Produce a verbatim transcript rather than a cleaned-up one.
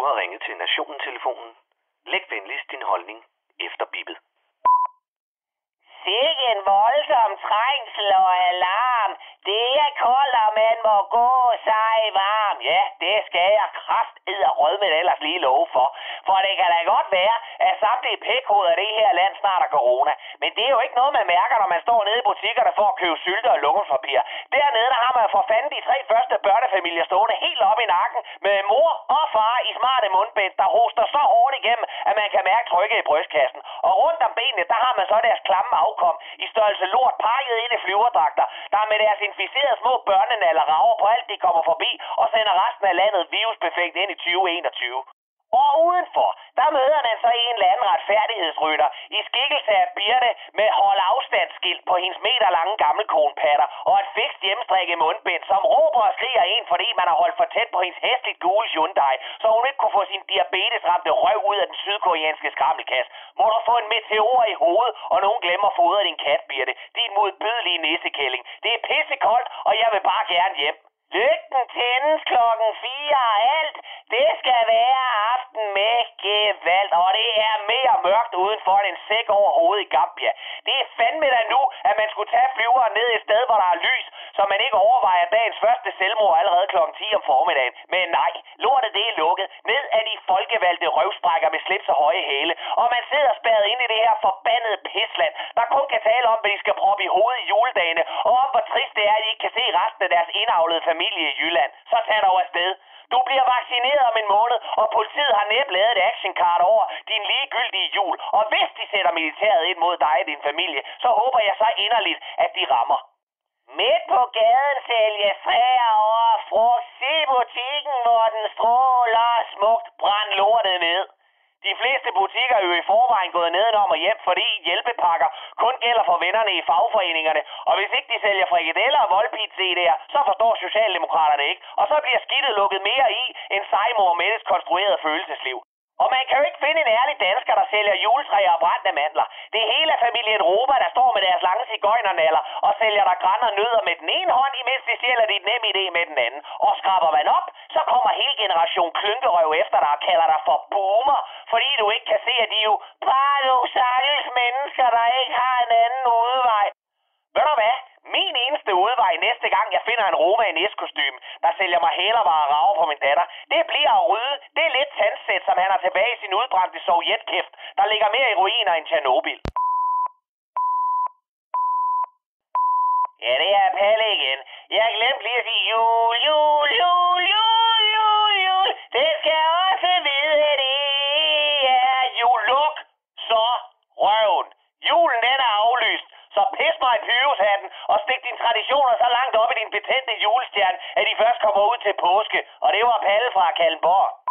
har ringet til Nationen-telefonen. Læg venligst din holdning efter bippet. Sikke en voldsom trængsel og alarm. Det er koldt, og man må gå sig varm. Ja, det skal jeg kraftedderrødme ellers lige love for. For det kan da godt være, at samtlige pækhoveder af det her land snart er corona. Men det er jo ikke noget, man mærker, når man står nede i butikkerne for at købe sylte og lokumspapir. Dernede der har man for fanden de tre første børnefamilier stående helt op i nakken med mor og far i smarte mundbind, der hoster så hårdt igennem, at man kan mærke trykket i brystkassen. Og rundt om benene, der har man så deres klamme afkom i størrelse lort pakket ind i flyverdragter, der med deres inficerede små børnenaller rager på alt, de kommer forbi og sender resten af landet virusbefængt ind i tyve enogtyve. Og udenfor, der møder man så en eller anden retfærdighedsrytter i skikkelse af Birte med hold afstandsskilt på hendes meterlange gammelkonepatter og et fikst hjemmestrikket mundbind, som råber og skriger en, fordi man har holdt for tæt på hendes hæsligt gule Hyundai, så hun ikke kunne få sin diabetesramte røv ud af den sydkoreanske skrammelkasse. Må du få en meteor i hovedet, og nogen glemmer at fodre din kat, Birte. Din modbydelige nissekælling. Det er pissekoldt, og jeg vil bare gerne hjem. Lygten tændes klokken fire og alt. Det skal være aften med gevald, og det er mere mørkt udenfor end en sæk over hovedet i Gambia. Det er fandme da nu, at man skulle tage flyveren ned et sted, hvor der er lys, så man ikke overvejer dagens første selvmord allerede klokken ti om formiddagen. Men nej, lortet det er lukket. Ned af de folkevalgte røvsprækker med slips og høje hæle, og man sidder spærret inde i det her forbandede pisland, der kun kan tale om, hvad de skal proppe i hovedet i juledagene, og om hvor trist det er, at de ikke kan se resten af deres indavlede familie i Jylland. Så tag dog afsted. Du bliver vaccineret om en måned, og politiet har næppe lavet et actioncard over din ligegyldige jul. Og hvis de sætter militæret ind mod dig og din familie, så håber jeg så inderligt, at de rammer. Midt på gaden sælges træer og frugt. Se butikken, hvor den stråler smukt. Brænd lortet ned. De fleste butikker er jo i forvejen gået nedenom og hjem, fordi hjælpepakker kun gælder for vennerne i fagforeningerne. Og hvis ikke de sælger frikadeller og voldpizza der, så forstår Socialdemokraterne ikke. Og så bliver skidtet lukket mere i end Sejmor Mettes konstruerede følelsesliv. Og man kan jo ikke finde en ærlig dansker, der sælger juletræer og brændte mandler. Det er hele familien Roba, der står med deres lange cigøjnernaller og sælger der græn og nødder med den ene hånd, imens de sælger dit nem idé med den anden. Og skraber man op, så kommer hele generation klynkerøv efter dig og kalder dig for boomer, fordi du ikke kan se, at de er jo bare nogle stakkels mennesker, der ikke har en anden udvej. Ved du hvad? Min eneste udvej næste gang, jeg finder en Roma i næskostyme, der sælger mig hælervarer og rager på min datter, det bliver at rydde det lidt tandsæt, som han har tilbage i sin udbrændte sovjetkæft, der ligger mere i ruiner end Tjernobyl. Ja, det er Palle igen. Jeg glemte lige at sige jul, jul, jul, jul, jul, jul. Det skal også vide, at det er jul. Luk så røven. Julen den er aflyst. Så pis mig i pyrushatten og stik dine traditioner så langt op i din betændte julestjerne, at de først kommer ud til påske. Og det var Palle fra Kalundborg.